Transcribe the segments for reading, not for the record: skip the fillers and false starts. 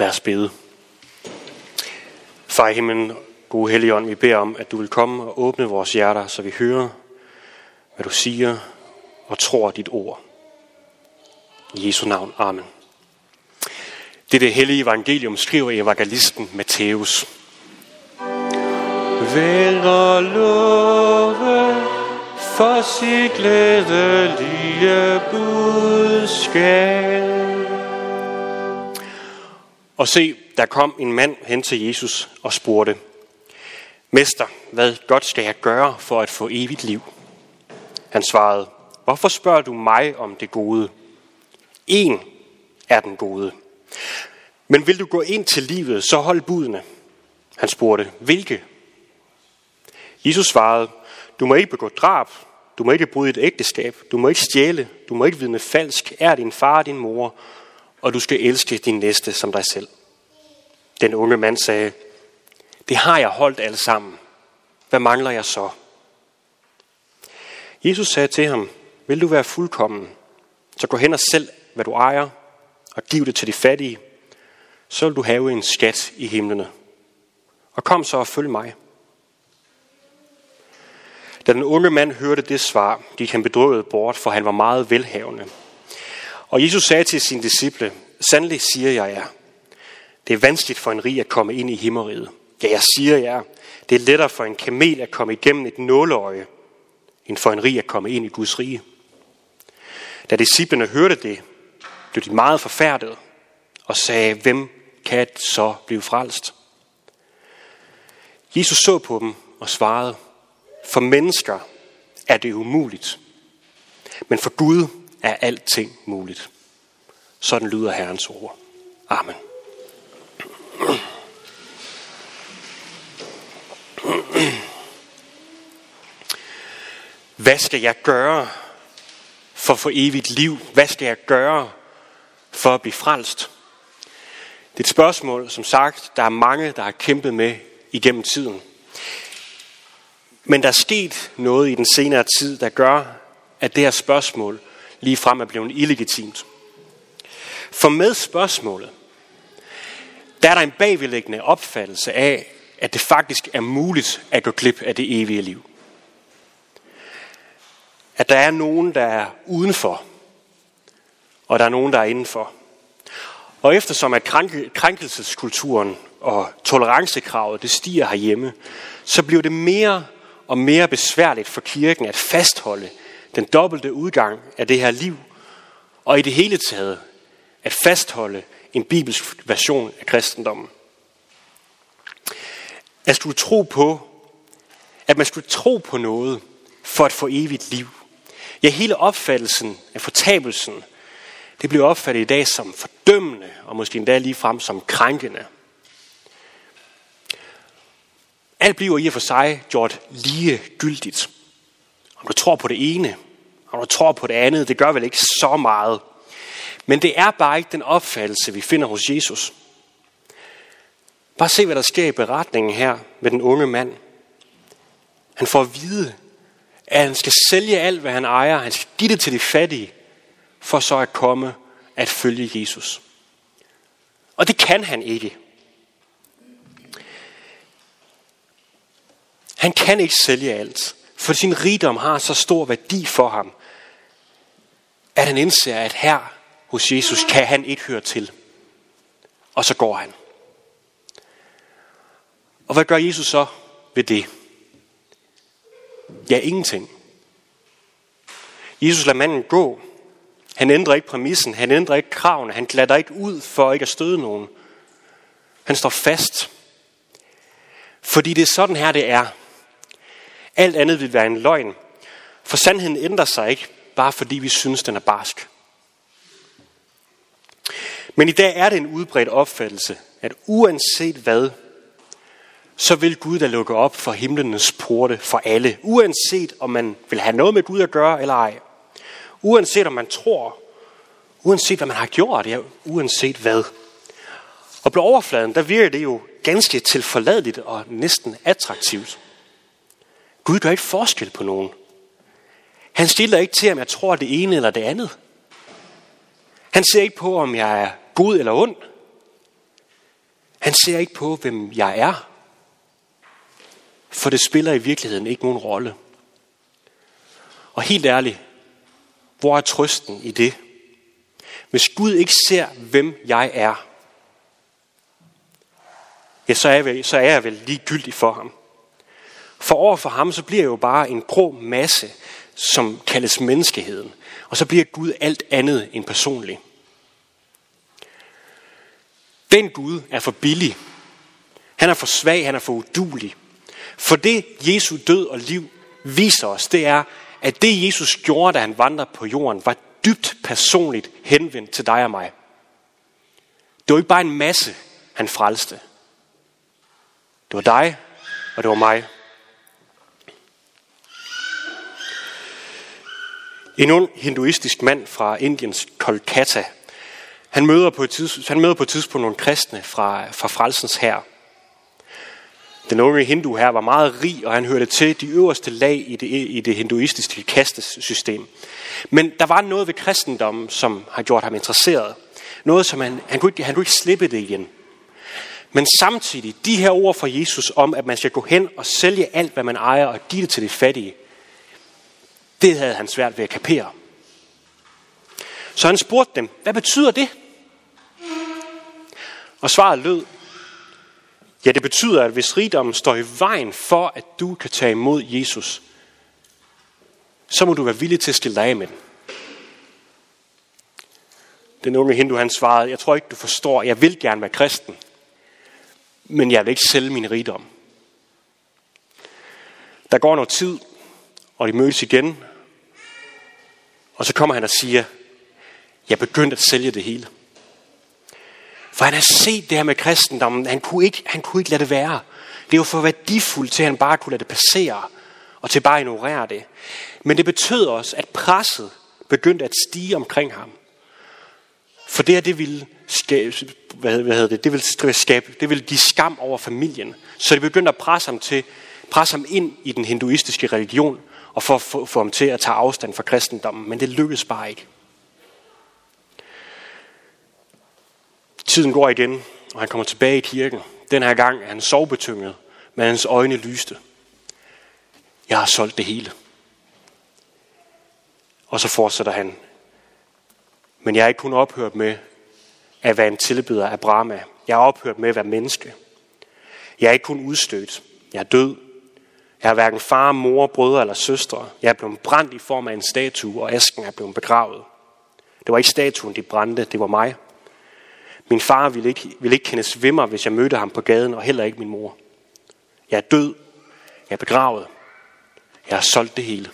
Lad os bede. Far i himlen, gode Helligånd, vi beder om, at du vil komme og åbne vores hjerter, så vi hører, hvad du siger og tror dit ord. I Jesu navn. Amen. Dette hellige evangelium skriver evangelisten Matthæus. Vel og love for sit glædelige budskab. Og se, der kom en mand hen til Jesus og spurgte: Mester, hvad godt skal jeg gøre for at få evigt liv? Han svarede: Hvorfor spørger du mig om det gode? En er den gode. Men vil du gå ind til livet, så hold budene. Han spurgte: Hvilke? Jesus svarede: Du må ikke begå drab, du må ikke bryde et ægteskab, du må ikke stjæle, du må ikke vidne falsk, er din far og din mor, og du skal elske din næste som dig selv. Den unge mand sagde: Det har jeg holdt alle sammen. Hvad mangler jeg så? Jesus sagde til ham: Vil du være fuldkommen, så gå hen og sælg, hvad du ejer, og giv det til de fattige, så vil du have en skat i himlene. Og kom så og følg mig. Da den unge mand hørte det svar, gik han bedrøvet bort, for han var meget velhavende. Og Jesus sagde til sine disciple: Sandelig siger jeg jer, det er vanskeligt for en rig at komme ind i himmeriget. Ja, jeg siger jer, det er lettere for en kamel at komme igennem et nåleøje, end for en rig at komme ind i Guds rige. Da disciplene hørte det, blev de meget forfærdede og sagde: Hvem kan så blive frelst? Jesus så på dem og svarede: For mennesker er det umuligt, men for Gud er alting muligt. Sådan lyder Herrens ord. Amen. Hvad skal jeg gøre for at få evigt liv? Hvad skal jeg gøre for at blive frelst? Det er et spørgsmål, som sagt, der er mange, der har kæmpet med igennem tiden. Men der er sket noget i den senere tid, der gør, at det her spørgsmål ligefrem er blevet illegitimt. For med spørgsmålet, der er der en bagvedliggende opfattelse af, at det faktisk er muligt at gå glip af det evige liv. At der er nogen, der er udenfor, og der er nogen, der er indenfor. Og eftersom at krænkelseskulturen og tolerancekravet det stiger herhjemme, så bliver det mere og mere besværligt for kirken at fastholde den dobbelte udgang af det her liv, og i det hele taget at fastholde en bibelsk version af kristendommen. At man skulle tro på noget for at få evigt liv. Ja, hele opfattelsen af fortabelsen, det bliver opfattet i dag som fordømmende, og måske endda ligefrem som krænkende. Alt bliver i og for sig gjort ligegyldigt. Om du tror på det ene, om du tror på det andet, det gør vel ikke så meget. Men det er bare ikke den opfattelse, vi finder hos Jesus. Bare se, hvad der sker i beretningen her med den unge mand. Han får at vide, at han skal sælge alt, hvad han ejer. Han skal give det til de fattige, for så at komme at følge Jesus. Og det kan han ikke. Han kan ikke sælge alt, for sin rigdom har så stor værdi for ham, at han indser, at her hos Jesus kan han ikke høre til. Og så går han. Og hvad gør Jesus så ved det? Ja, ingenting. Jesus lader manden gå. Han ændrer ikke præmissen, han ændrer ikke kravene, han glatter ikke ud for ikke at støde nogen. Han står fast. Fordi det er sådan her, det er. Alt andet vil være en løgn. For sandheden ændrer sig ikke, bare fordi vi synes, den er barsk. Men i dag er det en udbredt opfattelse, at uanset hvad, så vil Gud da lukke op for himlenes porte for alle. Uanset om man vil have noget med Gud at gøre eller ej. Uanset om man tror. Uanset hvad man har gjort. Ja, uanset hvad. Og på overfladen, der virker det jo ganske tilforladeligt og næsten attraktivt. Gud gør ikke forskel på nogen. Han stiller ikke til, om jeg tror det ene eller det andet. Han ser ikke på, om jeg er god eller ond. Han ser ikke på, hvem jeg er. For det spiller i virkeligheden ikke nogen rolle. Og helt ærligt, hvor er trøsten i det? Hvis Gud ikke ser, hvem jeg er, ja, så er jeg vel ligegyldig for ham. For over for ham, så bliver jeg jo bare en grå masse, som kaldes menneskeheden. Og så bliver Gud alt andet end personlig. Den Gud er for billig. Han er for svag, han er for uduelig. For det Jesu død og liv viser os, det er, at det Jesus gjorde, da han vandrede på jorden, var dybt personligt henvendt til dig og mig. Det var ikke bare en masse, han frelste. Det var dig, og det var mig. En ung hinduistisk mand fra Indiens Kolkata, han møder på et tidspunkt nogle kristne fra frelsens hær. Den unge hindu her var meget rig, og han hørte til de øverste lag i det hinduistiske kastesystem. Men der var noget ved kristendommen, som har gjort ham interesseret. Noget, som han kunne ikke slippe det igen. Men samtidig, de her ord fra Jesus om, at man skal gå hen og sælge alt, hvad man ejer, og give det til de fattige, det havde han svært ved at kapere. Så han spurgte dem, hvad betyder det? Og svaret lød, ja, det betyder, at hvis rigdommen står i vejen for, at du kan tage imod Jesus, så må du være villig til at skille dig af med den. Den unge hindu, han svarede, jeg tror ikke, du forstår, jeg vil gerne være kristen, men jeg vil ikke sælge min rigdom. Der går noget tid, og de mødes igen, og så kommer han og siger, jeg begyndte at sælge det hele. For han har set det her med kristendommen, han kunne ikke lade det være. Det er jo for værdifuldt til, at han bare kunne lade det passere, og til bare at ignorere det. Men det betød også, at presset begyndte at stige omkring ham. For det ville det ville give skam over familien. Så det begyndte at presse ham ind i den hinduistiske religion, og for at få ham til at tage afstand fra kristendommen. Men det lykkedes bare ikke. Tiden går igen, og han kommer tilbage i kirken. Den her gang er han sovbetynget, men hans øjne lyste. Jeg har solgt det hele. Og så fortsætter han. Men jeg er ikke kun ophørt med at være en tilbeder af Brahma. Jeg er ophørt med at være menneske. Jeg er ikke kun udstødt. Jeg er død. Jeg har hverken far, mor, brødre eller søstre. Jeg er blevet brændt i form af en statue, og asken er blevet begravet. Det var ikke statuen, de brændte, det var mig. Min far ville ikke kendes ved mig, hvis jeg mødte ham på gaden, og heller ikke min mor. Jeg er død. Jeg er begravet. Jeg har solgt det hele.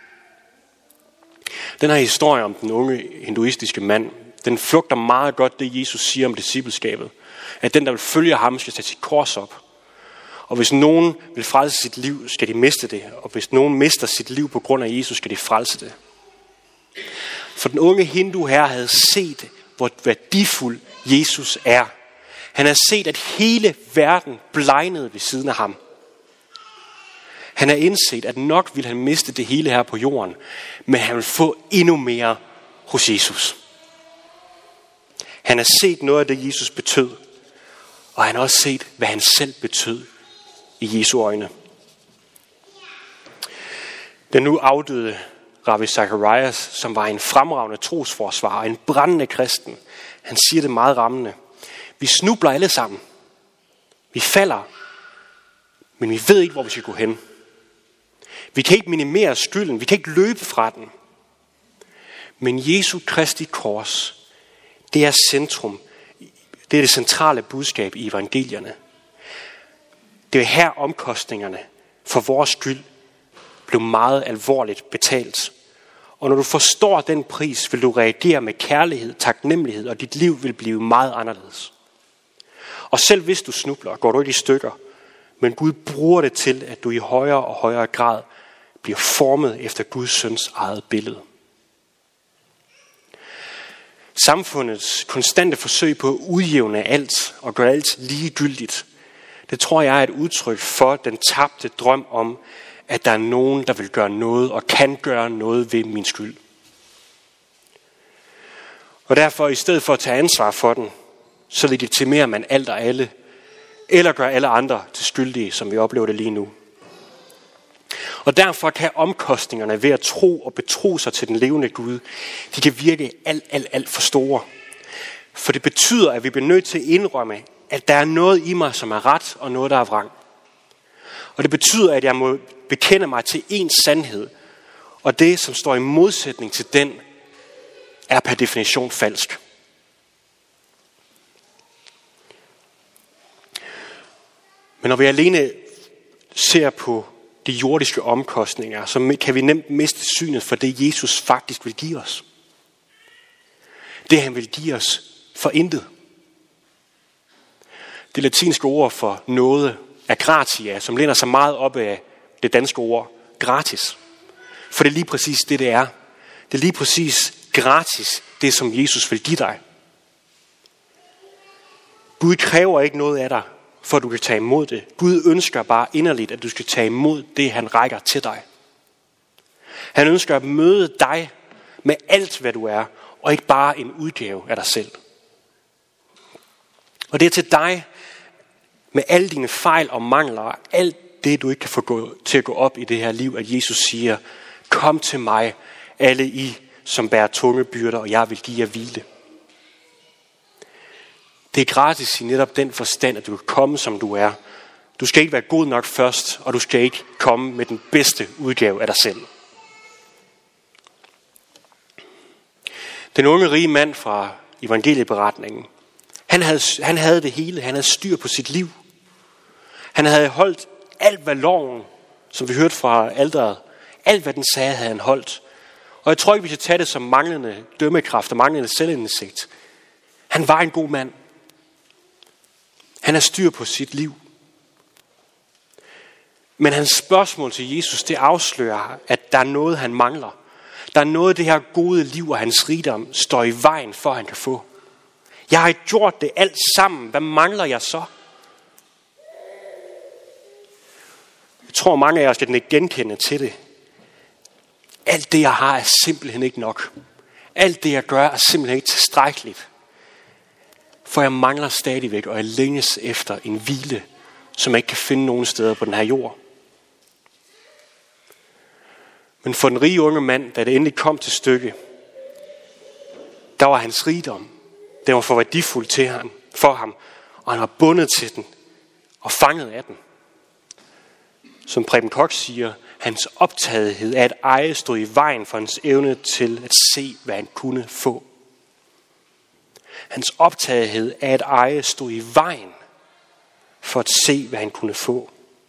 Den her historie om den unge hinduistiske mand, den flugter meget godt det, Jesus siger om discipleskabet. At den, der vil følge ham, skal sætte sit kors op. Og hvis nogen vil frelse sit liv, skal de miste det. Og hvis nogen mister sit liv på grund af Jesus, skal de frelse det. For den unge hindu her havde set, hvor værdifuld Jesus er. Han har set, at hele verden blegnede ved siden af ham. Han har indset, at nok vil han miste det hele her på jorden, men han vil få endnu mere hos Jesus. Han har set noget af det, Jesus betød, og han har også set, hvad han selv betød i Jesu øjne. Den nu afdøde Ravi Zacharias, som var en fremragende trosforsvarer og en brændende kristen, han siger det meget rammende. Vi snubler alle sammen. Vi falder, men vi ved ikke, hvor vi skal gå hen. Vi kan ikke minimere skylden. Vi kan ikke løbe fra den. Men Jesu Kristi kors, det er centrum. Det er det centrale budskab i evangelierne. Det er her omkostningerne for vores skyld blev meget alvorligt betalt. Og når du forstår den pris, vil du reagere med kærlighed, taknemmelighed, og dit liv vil blive meget anderledes. Og selv hvis du snubler, går du ikke i stykker, men Gud bruger det til, at du i højere og højere grad bliver formet efter Guds søns eget billede. Samfundets konstante forsøg på at udjævne alt og gøre alt ligegyldigt, det tror jeg er et udtryk for den tabte drøm om, at der er nogen, der vil gøre noget og kan gøre noget ved min skyld. Og derfor, i stedet for at tage ansvar for den, så legitimerer man alt og alle eller gøre alle andre til skyldige, som vi oplever det lige nu. Og derfor kan omkostningerne ved at tro og betro sig til den levende Gud, de kan virke alt for store. For det betyder, at vi bliver nødt til at indrømme, at der er noget i mig, som er ret, og noget, der er vrang. Og det betyder, at jeg må bekende mig til én sandhed, og det, som står i modsætning til den, er per definition falsk. Men når vi alene ser på de jordiske omkostninger, så kan vi nemt miste synet for det, Jesus faktisk vil give os. Det, han vil give os for intet. Det latinske ord for noget er gratia, som læner sig meget op af det danske ord gratis. For det er lige præcis det er. Det er lige præcis gratis, det som Jesus vil give dig. Gud kræver ikke noget af dig, for at du kan tage imod det. Gud ønsker bare inderligt, at du skal tage imod det, han rækker til dig. Han ønsker at møde dig med alt, hvad du er, og ikke bare en udgave af dig selv. Og det er til dig, med alle dine fejl og mangler, og alt det, du ikke kan få til at gå op i det her liv, at Jesus siger, kom til mig, alle I, som bærer tunge byrder, og jeg vil give jer hvile. Det er gratis i netop den forstand, at du kan komme, som du er. Du skal ikke være god nok først, og du skal ikke komme med den bedste udgave af dig selv. Den unge rige mand fra evangelieberetningen, han havde det hele. Han havde styr på sit liv. Han havde holdt alt, hvad loven, som vi hørte fra alteret, alt, hvad den sagde, havde han holdt. Og jeg tror ikke, vi skal tage det som manglende dømmekraft og manglende selvindsigt. Han var en god mand. Han har styr på sit liv. Men hans spørgsmål til Jesus, det afslører, at der er noget, han mangler. Der er noget, det her gode liv og hans rigdom står i vejen for, at han kan få. Jeg har ikke gjort det alt sammen. Hvad mangler jeg så? Jeg tror, mange af jer skal genkende til det. Alt det, jeg har, er simpelthen ikke nok. Alt det, jeg gør, er simpelthen ikke tilstrækkeligt. For jeg mangler stadigvæk, og jeg længes efter en hvile, som jeg ikke kan finde nogen steder på den her jord. Men for den rige unge mand, da det endelig kom til stykke, der var hans rigdom. Den var for værdifuld til ham, for ham, og han var bundet til den og fanget af den. Som Preben Koch siger, hans optagethed af at eje stod i vejen for hans evne til at se, hvad han kunne få. Hans optagethed af at eje stod i vejen for at se, hvad han kunne få.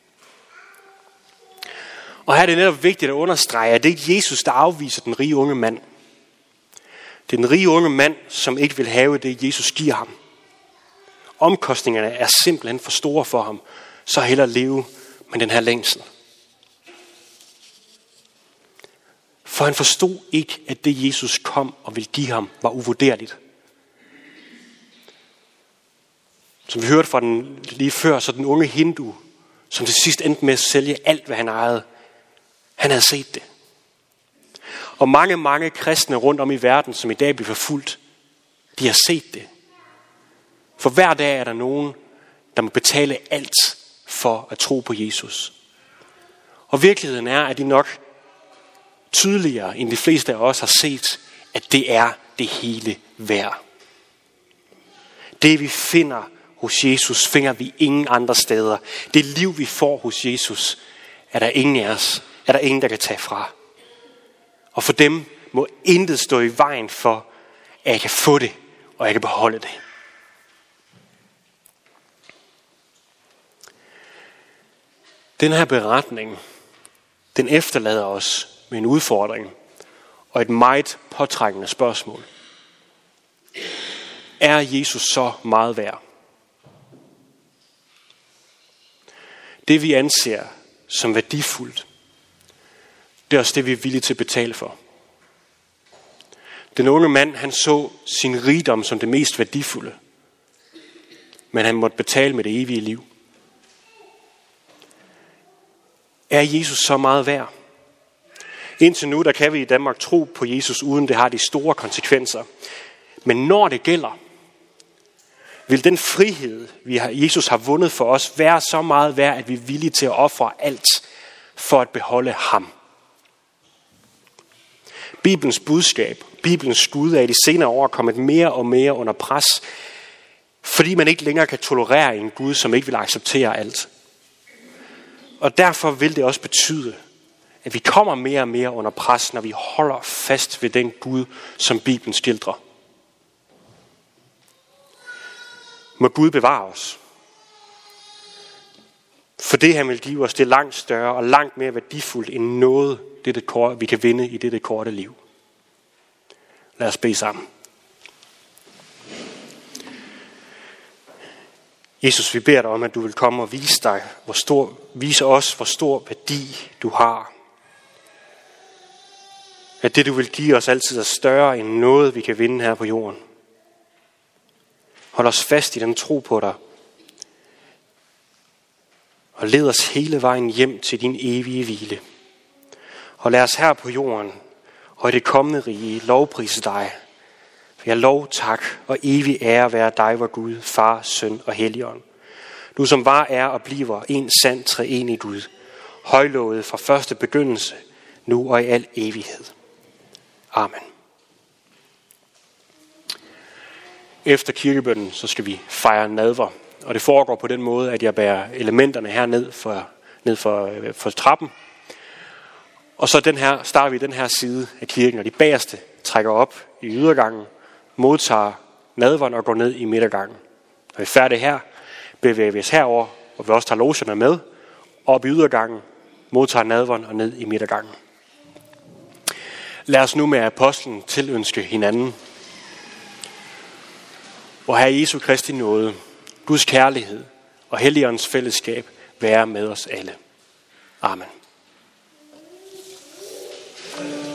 Og her er det netop vigtigt at understrege, at det ikke er Jesus, der afviser den rige unge mand. Det er den rige unge mand, som ikke vil have det, Jesus giver ham. Omkostningerne er simpelthen for store for ham, så hellere leve med den her længsel. For han forstod ikke, at det Jesus kom og ville give ham, var uvurderligt. Som vi hørte fra den lige før, så den unge hindu, som til sidst endte med at sælge alt, hvad han ejede, han havde set det. Og mange kristne rundt om i verden, som i dag bliver forfulgt, de har set det. For hver dag er der nogen, der må betale alt for at tro på Jesus. Og virkeligheden er, at de nok tydeligere end de fleste af os har set, at det er det hele værd. Det vi finder hos Jesus, finder vi ingen andre steder. Det liv vi får hos Jesus, er der ingen af os, er der ingen, der kan tage fra. Og for dem må intet stå i vejen for, at jeg kan få det, og jeg kan beholde det. Den her beretning, den efterlader os med en udfordring og et meget påtrængende spørgsmål. Er Jesus så meget værd? Det vi anser som værdifuldt, det er også det, vi er villige til at betale for. Den unge mand, han så sin rigdom som det mest værdifulde, men han måtte betale med det evige liv. Er Jesus så meget værd? Indtil nu, der kan vi i Danmark tro på Jesus, uden det har de store konsekvenser. Men når det gælder, Vil den frihed, Jesus har vundet for os, være så meget værd, at vi er villige til at ofre alt for at beholde ham? Bibelens budskab, Bibelens skud er i de senere år kommet mere og mere under pres, fordi man ikke længere kan tolerere en Gud, som ikke vil acceptere alt. Og derfor vil det også betyde, at vi kommer mere og mere under pres, når vi holder fast ved den Gud, som Bibelen skildrer. Må Gud bevare os. For det, han vil give os, det er langt større og langt mere værdifuldt end noget, vi kan vinde i dette korte liv. Lad os bede sammen. Jesus, vi beder dig om, at du vil komme og vise os, hvor stor værdi du har. At det, du vil give os, altid er større end noget, vi kan vinde her på jorden. Hold os fast i den tro på dig. Og led os hele vejen hjem til din evige hvile. Og lad os her på jorden og i det kommende rige lovprise dig. For jeg lov, tak og evig ære være dig, vor Gud, Far, Søn og Helligånd. Du som var, er og bliver en sand treenig Gud, højlovet fra første begyndelse, nu og i al evighed. Amen. Efter kirkebønnen, så skal vi fejre nadver. Og det foregår på den måde, at jeg bærer elementerne her ned for trappen. Og så starter vi den her side af kirken, og de bagerste trækker op i ydergangen, modtager nadveren og går ned i midtergangen. Når vi er færdige her, bevæger vi os herover, og vi også tager logerne med, op i ydergangen, modtager nadveren og ned i midtergangen. Lad os nu med apostlen tilønske hinanden. Hvor Herre Jesu Kristi nåde, Guds kærlighed og Helligåndens fællesskab være med os alle. Amen.